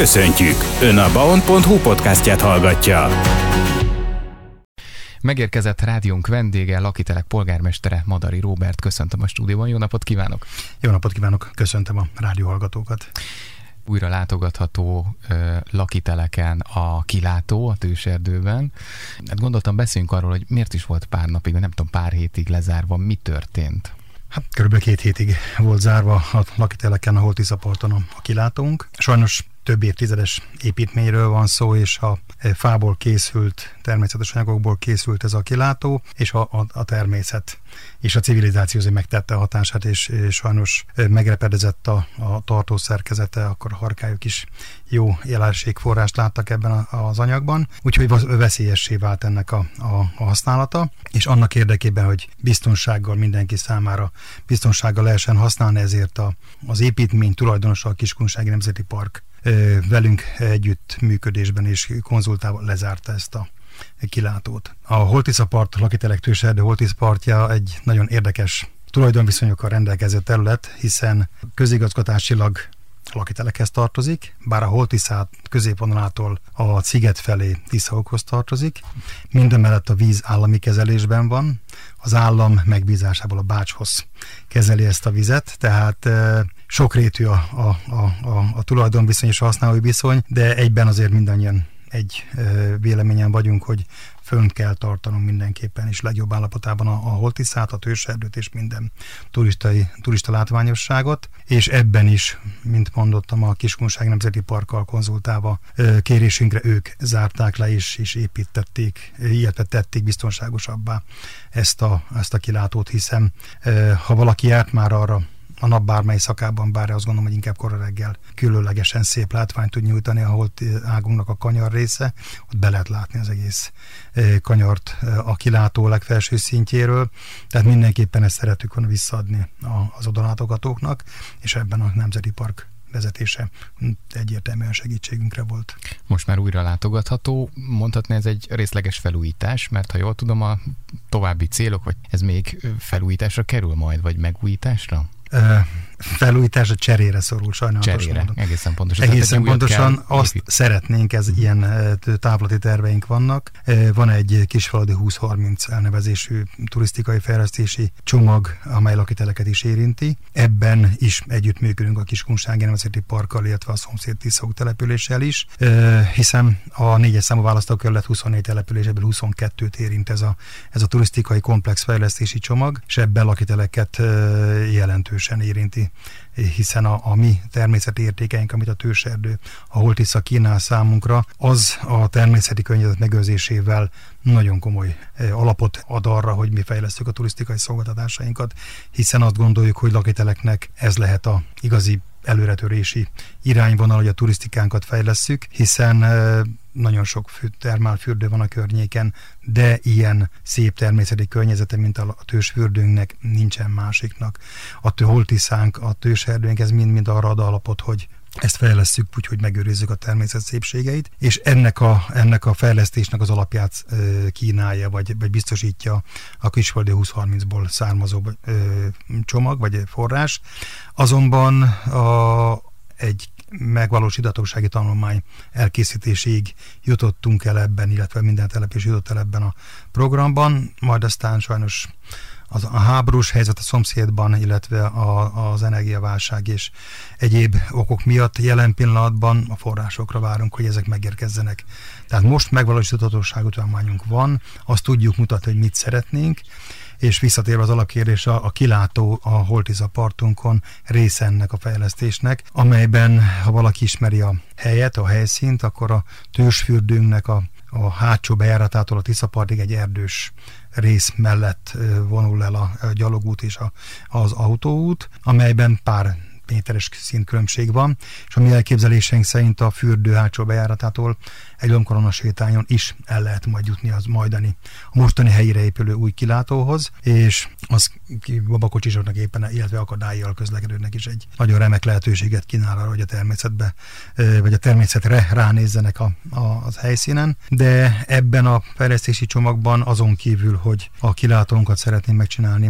Köszöntjük! Ön a baon.hu podcastját hallgatja. Megérkezett rádiónk vendége, Lakitelek polgármestere, Madari Róbert. Köszöntöm a stúdióban, jó napot kívánok! Jó napot kívánok, köszöntöm a rádióhallgatókat! Újra látogatható Lakiteleken a kilátó a Tőserdőben. Hát gondoltam, beszéljünk arról, hogy miért is volt pár napig, nem tudom, pár hétig lezárva, mi történt? Hát körülbelül 2 hétig volt zárva a Lakiteleken, a Holt-Tisza-parton a kilátónk. Sajnos több évtizedes építményről van szó, és a fából készült, természetes anyagokból készült ez a kilátó, és a természet és a civilizáció azért megtette a hatását, és sajnos megrepedezett a tartószerkezete, akkor a harkályok is jó élelmiségforrást láttak ebben az anyagban, úgyhogy veszélyessé vált ennek a használata, és annak érdekében, hogy biztonsággal mindenki számára biztonsággal lehessen használni, ezért az építmény tulajdonosa, a Kiskunsági Nemzeti Park velünk együtt működésben és konzultálva lezárta ezt a kilátót. A Holt-Tisza-part, Lakitelek Tőserdő Holt-Tisza-partja egy nagyon érdekes tulajdonviszonyokkal rendelkező terület, hiszen közigazgatásilag Lakitelekhez tartozik, bár a Holt-Tiszát középvonalától a sziget felé Tiszaokhoz tartozik. Mindemellett a víz állami kezelésben van, az állam megbízásából a Bácshoz kezeli ezt a vizet, tehát sokrétű a tulajdonviszony és a használói viszony, de egyben azért mindannyian egy véleményen vagyunk, hogy fönt kell tartanunk mindenképpen is legjobb állapotában a Holt-Tiszát, a Tőserdőt és minden turista látványosságot, és ebben is, mint mondottam, a Kiskunsági Nemzeti Parkkal konzultálva kérésünkre ők zárták le és építették, illetve tették biztonságosabbá ezt a kilátót, hiszen ha valaki járt már arra a nap bármely szakában, bár azt gondolom, hogy inkább kora reggel különlegesen szép látványt tud nyújtani a Holt águnknak a kanyar része, ott be lehet látni az egész kanyart a kilátó legfelső szintjéről, tehát mindenképpen ezt szeretük volna visszaadni az odalátogatóknak, és ebben a Nemzeti Park vezetése egyértelműen segítségünkre volt. Most már újra látogatható, mondhatni ez egy részleges felújítás, mert ha jól tudom, a további célok, vagy ez még felújításra kerül majd, vagy megújításra? Felújításra, cserére szorul, sajnálatos módon. Egészen pontosan. Egészen pontosan azt szeretnénk, ilyen távlati terveink vannak. Van egy Kisfaludi 2030 elnevezésű turisztikai fejlesztési csomag, amely Lakiteleket is érinti. Ebben is együttműködünk a Kiskunsági Nemzeti Parkkal, illetve a szomszéd Tiszaok településsel is, hiszen a 4-es számú választókerület 24 településéből 22-t érint ez a turisztikai komplex fejlesztési csomag, és ebben Lakiteleket jelentősen érinti, hiszen a mi természeti értékeink, amit a Tőserdő, a Holt-Tisza kínál számunkra, az a természeti környezet megőrzésével nagyon komoly alapot ad arra, hogy mi fejlesztjük a turisztikai szolgáltatásainkat, hiszen azt gondoljuk, hogy Lakiteleknek ez lehet a igazi előretörési irányvonal, hogy a turisztikánkat fejlesszük, hiszen nagyon sok termálfürdő van a környéken, de ilyen szép természeti környezete, mint a Tősfürdőnknek nincsen másiknak. A Holt-Tiszánk, a Tőserdőnk, ez mind arra ad alapot, hogy ezt fejlesszük úgy, hogy megőrizzük a természet szépségeit, és ennek a fejlesztésnek az alapját kínálja, vagy biztosítja a Kisfaludi 2030-ból származó csomag, vagy forrás. Azonban egy megvalósíthatósági tanulmány elkészítéséig jutottunk el ebben, illetve minden település jutott el ebben a programban, majd aztán sajnos a háborús helyzet a szomszédban, illetve az energiaválság és egyéb okok miatt jelen pillanatban a forrásokra várunk, hogy ezek megérkezzenek. Tehát most megvalósíthatósági tanulmányunk van, azt tudjuk mutatni, hogy mit szeretnénk, és visszatérve az alapkérdésre, a kilátó a Holt-Tisza-partunkon része ennek a fejlesztésnek, amelyben, ha valaki ismeri a helyet, a helyszínt, akkor a Tősfürdőnknek a hátsó bejáratától a Tiszapartig egy erdős rész mellett vonul el a gyalogút és az autóút, amelyben pár méteres szintkülönbség van, és a mi elképzeléseink szerint a fürdő hátsó bejáratától egy lombkorona sétányon is el lehet majd jutni az majdani, a mostani helyére épülő új kilátóhoz, és az babakocsisoknak éppen, illetve akadályjal közlekedőnek is egy nagyon remek lehetőséget kínál arra, hogy a természetbe, vagy a természetre ránézzenek az helyszínen, de ebben a fejlesztési csomagban azon kívül, hogy a kilátónkat szeretném megcsinálni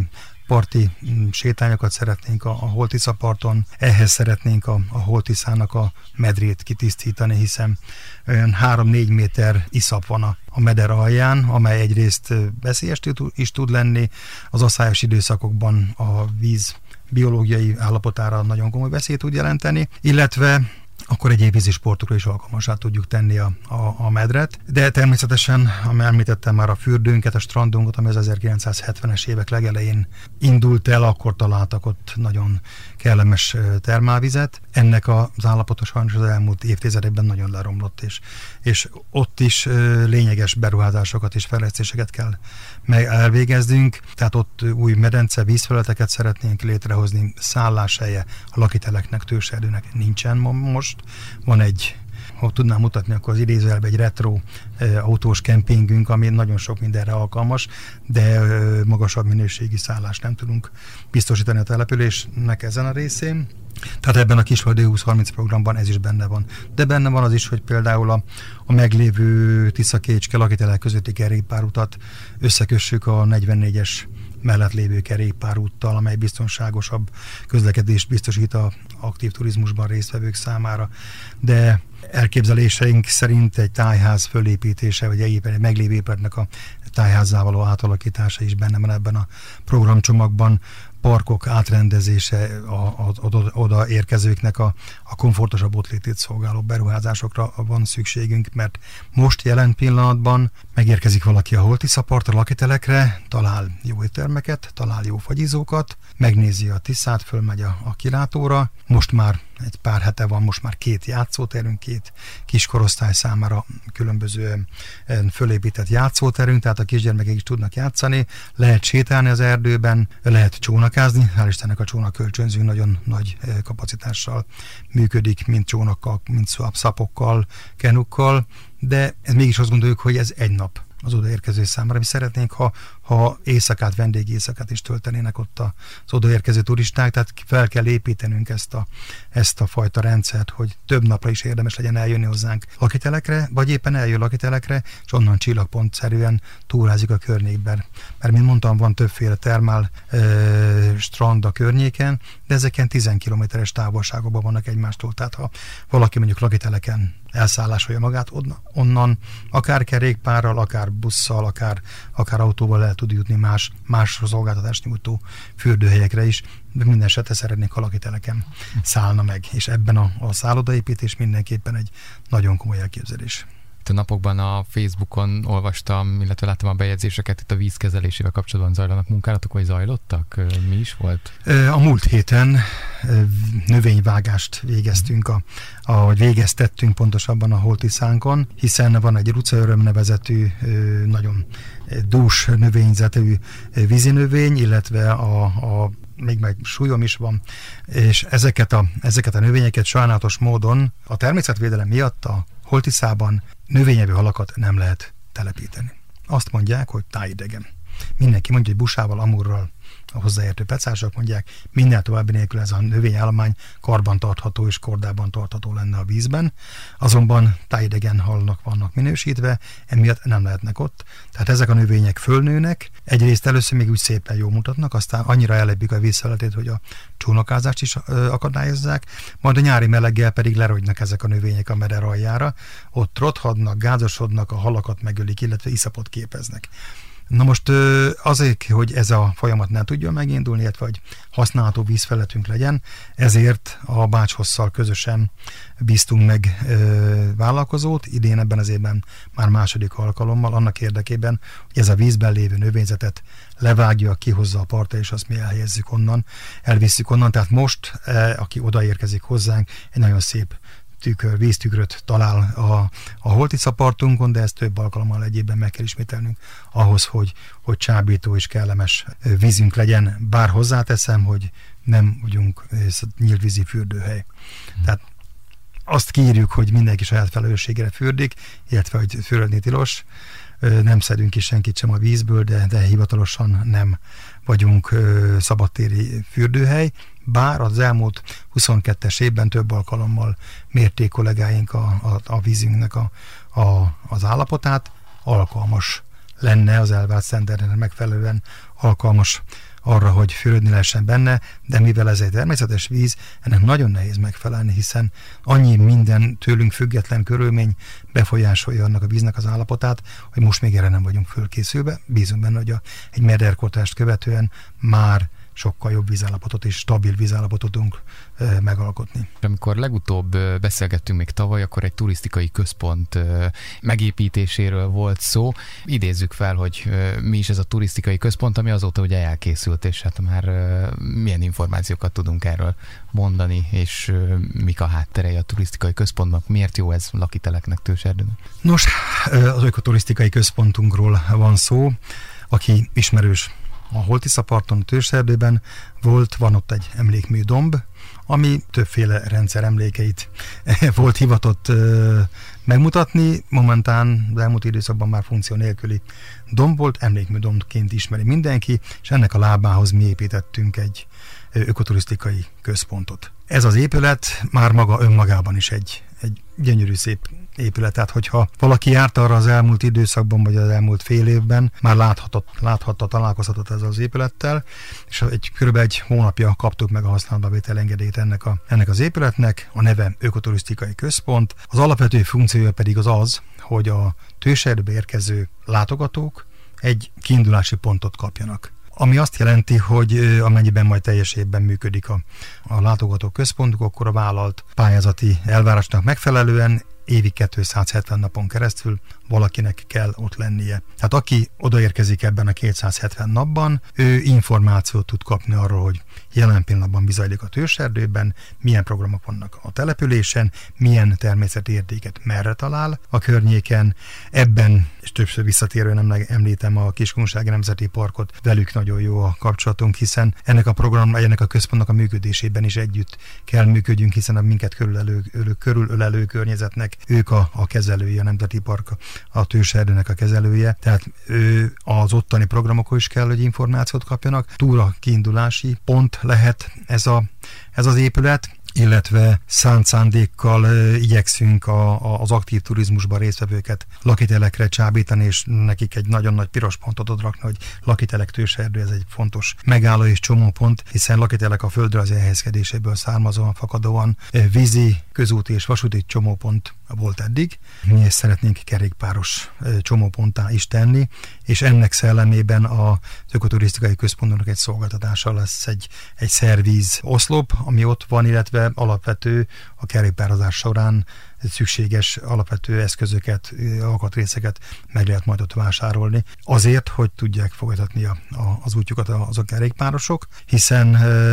parti sétányokat szeretnénk a Holt-Tisza parton, ehhez szeretnénk a Holt-Tiszának a medrét kitisztítani, hiszen olyan 3-4 méter iszap van a meder alján, amely egyrészt veszélyes is tud lenni, az aszályos időszakokban a víz biológiai állapotára nagyon komoly veszélyt tud jelenteni, illetve akkor egyéb vízi sportokra is alkalmassá tudjuk tenni a medret. De természetesen, ami említettem már a fürdőnket, a strandunkat, ami az 1970-es évek legelején indult el, akkor találtak ott nagyon kellemes termálvizet. Ennek az állapota sajnos az elmúlt évtizedekben nagyon leromlott, és ott is lényeges beruházásokat és fejlesztéseket kell elvégeznünk. Tehát ott új medence, vízfelületeket szeretnénk létrehozni, szálláshelye a lakiteleknek, Tőserdőnek nincsen most. Van egy, ha tudnám mutatni, akkor az idézőjelben egy retro autós kempingünk, ami nagyon sok mindenre alkalmas, de magasabb minőségi szállást nem tudunk biztosítani a településnek ezen a részén. Tehát ebben a Kisfaludi 2030 programban ez is benne van. De benne van az is, hogy például a meglévő Tisza-Kécske lakitelek közötti kerékpárutat összekössük a 44-es mellett lévő kerékpárúttal, amely biztonságosabb közlekedést biztosít az aktív turizmusban résztvevők számára. De elképzeléseink szerint egy tájház fölépítése, vagy egy meglévő épületnek a tájházzá való átalakítása is benne van ebben a programcsomagban, parkok átrendezése, oda érkezőknek a komfortosabb ottlétét szolgáló beruházásokra van szükségünk, mert most jelen pillanatban megérkezik valaki a Holt-Tisza partra, lakitelekre, talál jó éttermeket, talál jó fagyizókat, megnézi a Tiszát, fölmegy a kilátóra. Most már egy pár hete van, most már 2 játszóterünk, 2 kiskorosztály számára különböző fölépített játszóterünk, tehát a kisgyermekek is tudnak játszani, lehet sétálni az erdőben, lehet csónakázni, hál' Istennek a csónakölcsönző nagyon nagy kapacitással működik, mint csónakkal, mint szapokkal, kenukkal, de mégis azt gondoljuk, hogy ez egy nap az odaérkező számára. Mi szeretnénk, ha éjszakát, vendégi éjszakát is töltenének ott az odaérkező turisták, tehát fel kell építenünk ezt a fajta rendszert, hogy több napra is érdemes legyen eljönni hozzánk lakitelekre, vagy éppen eljön lakitelekre, és onnan csillagpontszerűen túrázik a környékben. Mert, mint mondtam, van többféle termál strand a környéken, de ezeken 10 kilométeres távolságokban vannak egymástól. Tehát ha valaki mondjuk lakiteleken elszállásolja magát, onnan akár kerékpárral, akár busszal, akár autóval el tud jutni más szolgáltatást nyújtó fürdőhelyekre is, de minden esetre szeretnék, ha lakiteleken szállna meg, és ebben a szállodaépítés mindenképpen egy nagyon komoly elképzelés. A napokban a Facebookon olvastam, illetve láttam a bejegyzéseket, itt a vízkezelésével kapcsolatban zajlanak munkálatok, vagy zajlottak? Mi is volt? A múlt héten növényvágást végeztünk, ahogy végeztettünk pontosabban a Holt-Tiszánkon, hiszen van egy rucaöröm nevezetű, nagyon dús növényzetű vízinövény, illetve még meg súlyom is van, és ezeket a növényeket sajnálatos módon a természetvédelem miatt a Holt-Tiszában növényevő halakat nem lehet telepíteni. Azt mondják, hogy tájidegen. Mindenki mondja, hogy busával, amurral, a hozzáértő pecások mondják, minden további nélkül ez a növényállomány karbantartható és kordában tartható lenne a vízben, azonban tájidegen halnak vannak minősítve, emiatt nem lehetnek ott. Tehát ezek a növények fölnőnek, egyrészt először még úgy szépen jól mutatnak, aztán annyira ellebbik a vízfelületét, hogy a csónakázást is akadályozzák, majd a nyári meleggel pedig lerogynak ezek a növények a meder aljára, ott rothadnak, gázosodnak, a halakat megölik, illetve iszapot képeznek. Na most azért, hogy ez a folyamat ne tudjon megindulni, illetve hogy használható vízfelületünk legyen, ezért a Bács-Hosszal közösen bíztunk meg vállalkozót, idén ebben az évben már második alkalommal, annak érdekében, hogy ez a vízben lévő növényzetet levágja, kihozza a partra, és azt mi elhelyezzük onnan, elvisszük onnan. Tehát most, aki odaérkezik hozzánk, egy nagyon szép víztükröt talál a Holt-Tisza partunkon, de ezt több alkalommal egyébben meg kell ismételnünk ahhoz, hogy csábító és kellemes vízünk legyen. Bár hozzáteszem, hogy nem vagyunk nyílt vízi fürdőhely. Tehát azt kérjük, hogy mindenki saját felelősségére fürdik, illetve hogy fürödni tilos. Nem szedünk ki senkit sem a vízből, de hivatalosan nem vagyunk szabadtéri fürdőhely, bár az elmúlt 22-es évben több alkalommal mérték kollégáink a vízünknek az állapotát, alkalmas lenne az elvárt sztenderdnek megfelelően alkalmas arra, hogy fürödni lehessen benne, de mivel ez egy természetes víz, ennek nagyon nehéz megfelelni, hiszen annyi minden tőlünk független körülmény befolyásolja annak a víznek az állapotát, hogy most még erre nem vagyunk fölkészülve. Bízunk benne, hogy egy mederkortást követően már sokkal jobb vízállapotot és stabil vízállapotot tudunk megalkotni. Amikor legutóbb beszélgettünk még tavaly, akkor egy turisztikai központ megépítéséről volt szó. Idézzük fel, hogy mi is ez a turisztikai központ, ami azóta ugye elkészült, és hát már milyen információkat tudunk erről mondani, és mik a hátterei a turisztikai központnak, miért jó ez lakiteleknek Tőserdőn? Nos, az ökoturisztikai központunkról van szó, aki ismerős a Holt-Tisza-parton, Tőserdőben van ott egy emlékmű domb, ami többféle rendszer emlékeit volt hivatott megmutatni. Momentán az elmúlt időszakban már funkció nélküli domb volt, emlékmű dombként ismeri mindenki, és ennek a lábához mi építettünk egy ökoturisztikai központot. Ez az épület már maga önmagában is egy gyönyörű szép épület, tehát hogyha valaki járt arra az elmúlt időszakban, vagy az elmúlt fél évben, már láthatta, találkozhatott ezzel az épülettel, és körülbelül egy hónapja kaptuk meg a használatba engedélyt ennek az épületnek, a neve Ökoturisztikai Központ. Az alapvető funkciója pedig az, hogy a Tőserdőbe érkező látogatók egy kiindulási pontot kapjanak. Ami azt jelenti, hogy amennyiben majd teljes évben működik a látogató központunk, akkor a vállalt pályázati elvárásnak megfelelően évi 270 napon keresztül valakinek kell ott lennie. Tehát aki odaérkezik ebben a 270 napban, ő információt tud kapni arról, hogy jelen pillanatban mi zajlik a Tőserdőben, milyen programok vannak a településen, milyen természeti értéket merre talál a környéken. Ebben, és többször visszatérően említem a Kiskunsági Nemzeti Parkot, velük nagyon jó a kapcsolatunk, hiszen ennek a központnak a működésében is együtt kell működjünk, hiszen a minket körülölelő környezetnek ők a kezelői, a Nemzeti Park a Tőserdőnek a kezelője, tehát az ottani programokról is kell, hogy információt kapjanak. Túra kiindulási pont lehet ez az épület, illetve szánt szándékkal igyekszünk az aktív turizmusban résztvevőket lakitelekre csábítani, és nekik egy nagyon nagy piros pontot ott rakni, hogy lakitelek Tőserdő, ez egy fontos megálló és csomópont, hiszen lakitelek a földrajzi elhelyezkedéséből származóan, fakadóan vízi, közúti és vasúti csomópont volt eddig. Mi ezt szeretnénk kerékpáros csomóponttá is tenni, és ennek szellemében az ökoturisztikai központunknak egy szolgáltatása lesz egy szervíz oszlop, ami ott van, illetve alapvető a kerékpározás során szükséges alapvető eszközöket, alkatrészeket meg lehet majd ott vásárolni. Azért, hogy tudják folytatni az útjukat azok a kerékpárosok, hiszen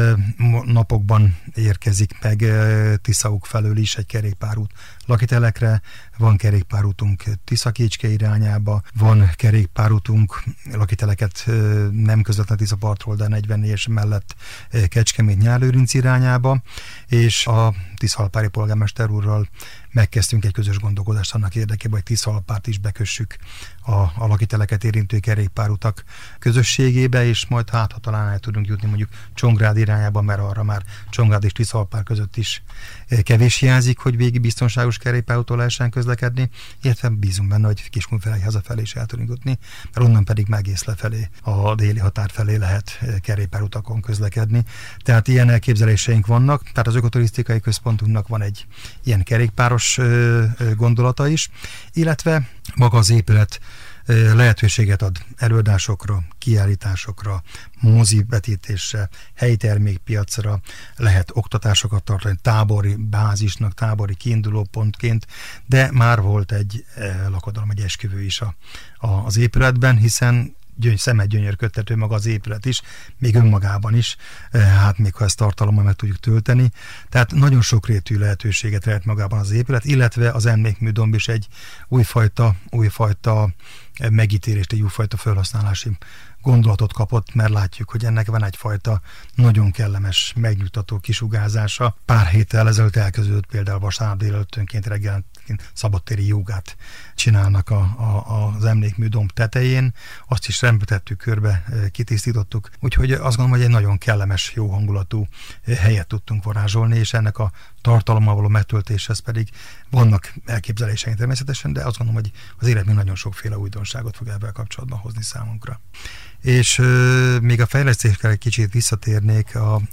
napokban érkezik meg Tiszauk felől is egy kerékpárút lakitelekre, van kerékpárútunk Tiszakécske irányába, van kerékpárútunk lakiteleket nem közvetlenül Tiszapartról, de 44-es mellett Kecskemét-Nyárlőrinc irányába, és a tiszalpári polgármester úrral megkezdtünk egy közös gondolkodást annak érdekében, hogy Tiszalpárt is bekössük a lakiteleket érintő kerékpárutak közösségébe, és majd ha talán el tudunk jutni mondjuk Csongrád irányába, mert arra már Csongrád és Tiszalpár között is kevés hiányzik, hogy végig biztonságos kerékpárúton lehessen közlekedni, illetve bízunk benne, hogy Kiskunfelej hazafelé is el tudunk jutni, mert onnan pedig meg egész lefelé, a déli határ felé lehet kerékpárutakon közlekedni. Tehát ilyen elképzeléseink vannak, tehát az ökoturisztikai központunknak van egy ilyen kerékpáros gondolata is, illetve maga az épület lehetőséget ad előadásokra, kiállításokra, mozivetítésre, helyi termékpiacra, lehet oktatásokat tartani, tábori bázisnak, tábori kiindulópontként, de már volt egy lakodalom, egy esküvő is az épületben, hiszen szemet gyönyörködtető maga az épület is, még önmagában is, hát még ha ezt tartalommal meg tudjuk tölteni. Tehát nagyon sokrétű lehetőséget rejt magában az épület, illetve az emlékműdomb is egy újfajta megítélést, egy újfajta felhasználási gondolatot kapott, mert látjuk, hogy ennek van egyfajta nagyon kellemes, megnyugtató kisugárzása. Pár héttel ezelőtt elkezdődött például vasárnap délelőttönként reggelenként szabadtéri jogát csinálnak az emlékműdomb tetején. Azt is rendbetettük, körbe kitisztítottuk. Úgyhogy azt gondolom, hogy egy nagyon kellemes, jó hangulatú helyet tudtunk varázsolni, és ennek a tartalommal való megtöltéshez pedig vannak elképzeléseink természetesen, de azt gondolom, hogy az élet még nagyon sokféle újdonságot fog ebben kapcsolatban hozni számunkra. És még a fejlesztésre egy kicsit visszatérnék,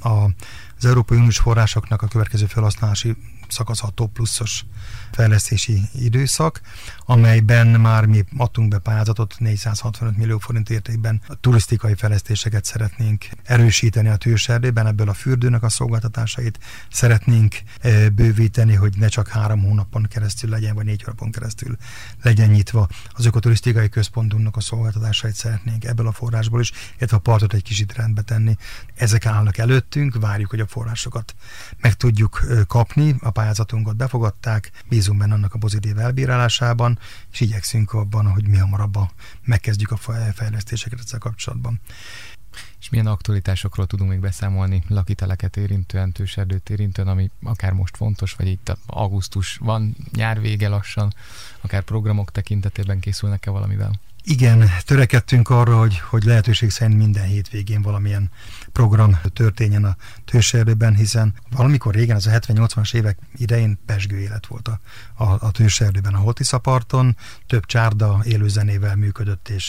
az Európai Uniós forrásoknak a következő felhasználási szakasz a TOP pluszos fejlesztési időszak, amelyben már mi adtunk be pályázatot 465 millió forint értékben. A turisztikai fejlesztéseket szeretnénk erősíteni a Tőserdőben, ebből a fürdőnek a szolgáltatásait szeretnénk bővíteni, hogy ne csak 3 hónapon keresztül legyen, vagy 4 hónapon keresztül legyen nyitva. Az ökoturisztikai központunknak a szolgáltatásait szeretnénk ebből a forrásból is, illetve a partot egy kicsit rendbe tenni. Ezek állnak előttünk, várjuk, hogy a forrásokat meg tudjuk kapni, a pályázatunkat befogadták, bízunk benne annak a pozitív elbírálásában, és igyekszünk abban, hogy mi hamarabb megkezdjük a fejlesztéseket ezzel kapcsolatban. És milyen aktualitásokról tudunk még beszámolni lakiteleket érintően, Tőserdőt érintően, ami akár most fontos, vagy itt augusztus van, nyár vége lassan, akár programok tekintetében készülnek-e valamivel? Igen, törekedtünk arra, hogy lehetőség szerint minden hétvégén valamilyen program történjen a Tőserdőben, hiszen valamikor régen, az a 70-80-as évek idején pezsgő élet volt a Tőserdőben, a Holtiszaparton, több csárda élőzenével működött, és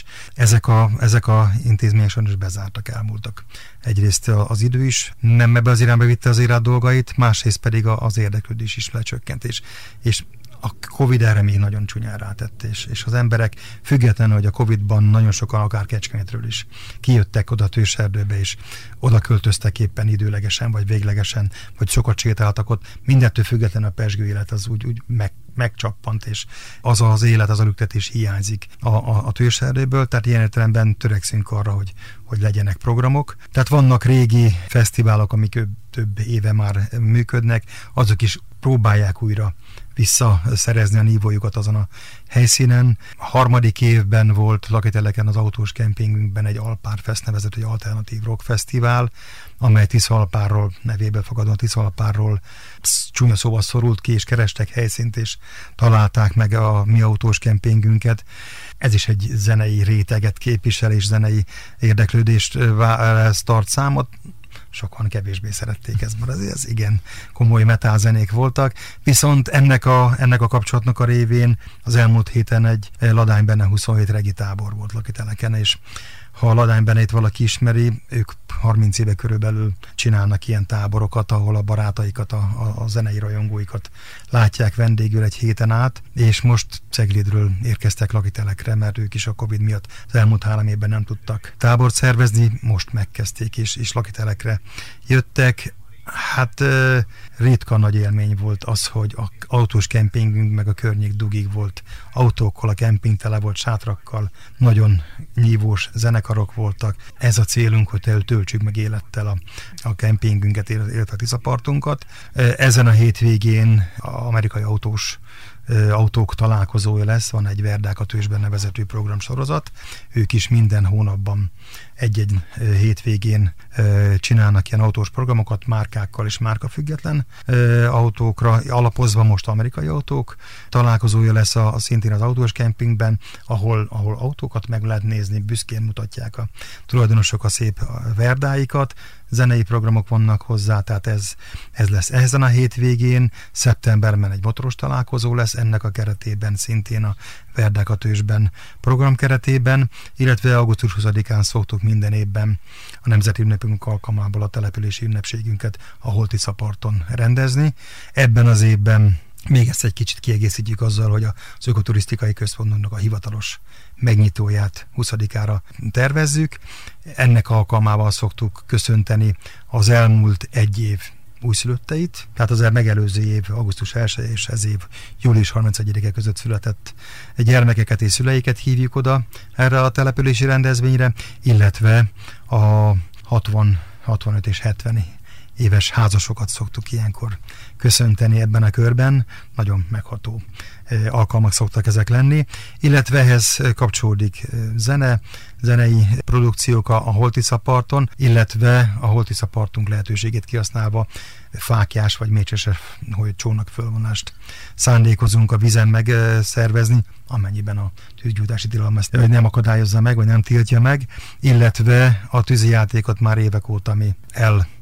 ezek a intézmények sajnos bezártak, elmúltak. Egyrészt az idő is nem ebbe az irányba vitte az élet dolgait, másrészt pedig az érdeklődés is lecsökkent, és a Covid erre még nagyon csúnyán rátett, és az emberek függetlenül, hogy a Covid-ban nagyon sokan akár Kecskemétről is kijöttek oda Tőserdőbe, és oda költöztek éppen időlegesen, vagy véglegesen, vagy sokat sétáltak ott, mindettől függetlenül a pezsgő élet az úgy megcsappant, és az élet, az a lüktetés hiányzik a Tőserdőből, tehát ilyen értelemben törekszünk arra, hogy legyenek programok. Tehát vannak régi fesztiválok, amik több éve már működnek, azok is próbálják újra visszaszerezni a nívójukat azon a helyszínen. A 3. évben volt lakiteleken az autós kempingünkben egy Alpárfest nevezetű alternatív rock fesztivál, amely Tiszalpárról, nevéből fogadva Tiszalpárról csúnya szóval szorult ki, és kerestek helyszínt, és találták meg a mi autós kempingünket. Ez is egy zenei réteget képvisel, és zenei érdeklődést tart számot. Sokan kevésbé szerették ezt, mert ez igen komoly metálzenék voltak. Viszont ennek a kapcsolatnak a révén az elmúlt héten egy Ladánybenne 27 regi tábor volt lakiteleken, és ha a Ladánybennét valaki ismeri, ők 30 éve körülbelül csinálnak ilyen táborokat, ahol a barátaikat, a zenei rajongóikat látják vendégül egy héten át, és most Ceglidről érkeztek lakitelekre, mert ők is a Covid miatt az elmúlt 3 évben nem tudtak tábort szervezni, most megkezdték, és lakitelekre jöttek. Hát ritka nagy élmény volt az, hogy az autós kempingünk meg a környék dugig volt autókkal, a kemping tele volt sátrakkal, nagyon nyívós zenekarok voltak. Ez a célunk, hogy töltsük meg élettel a kempingünket, illetve a Tiszapartunkat. Ezen a hétvégén az amerikai autók találkozója lesz, van egy Verdák a Tősben nevezetű programsorozat. Ők is minden hónapban egy-egy hétvégén csinálnak ilyen autós programokat márkákkal és márkafüggetlen autókra alapozva. Most amerikai autók találkozója lesz szintén az autós kempingben, ahol autókat meg lehet nézni, büszkén mutatják a tulajdonosok a szép verdáikat. Zenei programok vannak hozzá, tehát ez lesz ezen a hétvégén. Szeptemberben egy motoros találkozó lesz, ennek a keretében szintén a Verdák a Tősben program keretében, illetve augusztus 20-án szoktuk minden évben a Nemzeti Ünnepünk alkalmából a települési ünnepségünket a Holtiszaparton rendezni. Ebben az évben még ezt egy kicsit kiegészítjük azzal, hogy az ökoturisztikai központunknak a hivatalos megnyitóját 20-ára tervezzük. Ennek alkalmával szoktuk köszönteni az elmúlt egy év újszülötteit, tehát az megelőző év augusztus 1 és ez év július 31-e között született gyermekeket és szüleiket hívjuk oda erre a települési rendezvényre, illetve a 60, 65 és 70 éves házasokat szoktuk ilyenkor köszönteni ebben a körben. Nagyon megható alkalmak szoktak ezek lenni, illetve ehhez kapcsolódik zenei produkciók a Holtiszaparton, illetve a Holtiszapartunk lehetőségét kihasználva fáklyás vagy mécseses csónakfölvonást szándékozunk a vízen megszervezni, amennyiben a tűzgyújtási tilalom ezt nem akadályozza meg, vagy nem tiltja meg, illetve a tűzijátékot már évek óta mi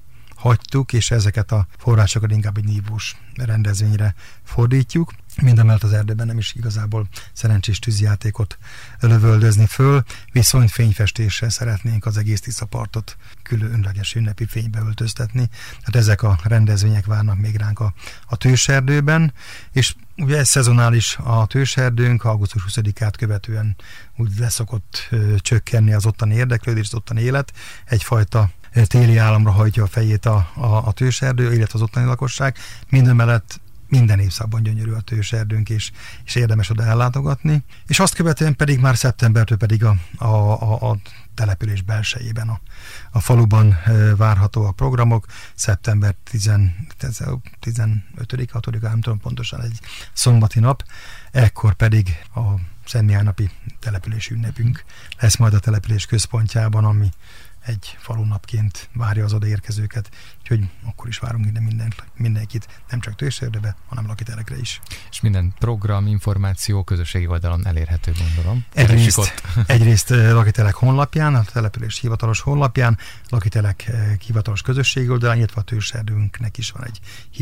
hagytuk, és ezeket a forrásokat inkább egy nívós rendezvényre fordítjuk. Mindemellett az erdőben nem is igazából szerencsés tűzjátékot lövöldözni föl, viszont fényfestéssel szeretnénk az egész Tiszapartot különleges ünnepi fénybe öltöztetni. Tehát ezek a rendezvények várnak még ránk a Tőserdőben, és ugye ez szezonális a Tőserdőnk, augusztus 20-át követően úgy leszokott csökkenni az ottani érdeklődés, az ottani élet, egyfajta téli államra hajtja a fejét a Tőserdő, illetve az ottani lakosság. Mindemellett minden évszakban gyönyörű a Tőserdőnk, és érdemes oda ellátogatni. És azt követően pedig már szeptembertől pedig a település belsejében, a faluban várható a programok. Szeptember 15-6-án, nem tudom pontosan, egy szombati nap, ekkor pedig a Szent Mihály napi települési ünnepünk lesz majd a település központjában, ami egy falunapként várja az odaérkezőket, úgyhogy akkor is várunk ide mindenkit, nem csak Tőserdőbe, hanem lakitelekre is. És minden program, információ közösségi oldalon elérhető, gondolom. Egyrészt lakitelek honlapján, a település hivatalos honlapján, lakitelek hivatalos közösségi oldalán, illetve a Tőserdőnknek is van egy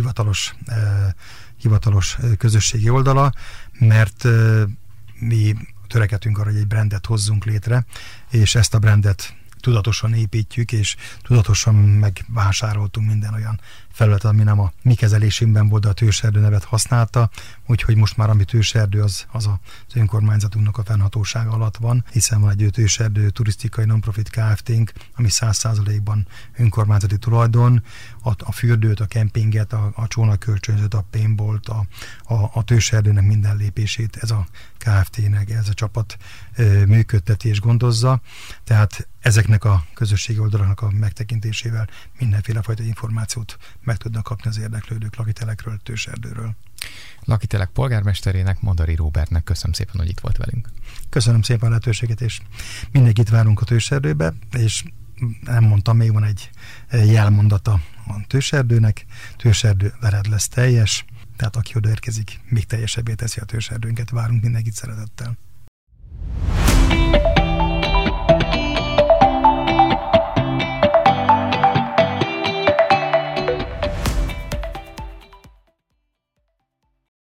hivatalos közösségi oldala, mert mi törekedünk arra, hogy egy brandet hozzunk létre, és ezt a brandet tudatosan építjük, és tudatosan megvásároltunk minden olyan felületet, ami nem a mi kezelésünkben volt, de a Tőserdő nevet használta, úgyhogy most már ami Tőserdő, az önkormányzatunknak a fennhatósága alatt van, hiszen van egy Tőserdő turisztikai non-profit Kft-nk, ami 100%-ban önkormányzati tulajdon, a fürdőt, a kempinget, a csónakkölcsönzőt, a paintballt, a Tőserdőnek minden lépését ez a Kft-nek, ez a csapat működteti és gondozza, tehát ezeknek a közösségi oldalaknak a megtekintésével mindenféle fajta információt meg tudnak kapni az érdeklődők lakitelekről, Tőserdőről. Lakitelek polgármesterének, Madari Róbertnek köszönöm szépen, hogy itt volt velünk. Köszönöm szépen a lehetőséget, és mindenkit várunk a Tőserdőbe, és nem mondtam, még van egy jelmondata a Tőserdőnek, Tőserdő vered lesz teljes, tehát aki odaérkezik, még teljesebbé teszi a Tőserdőnket, várunk mindenkit szeretettel.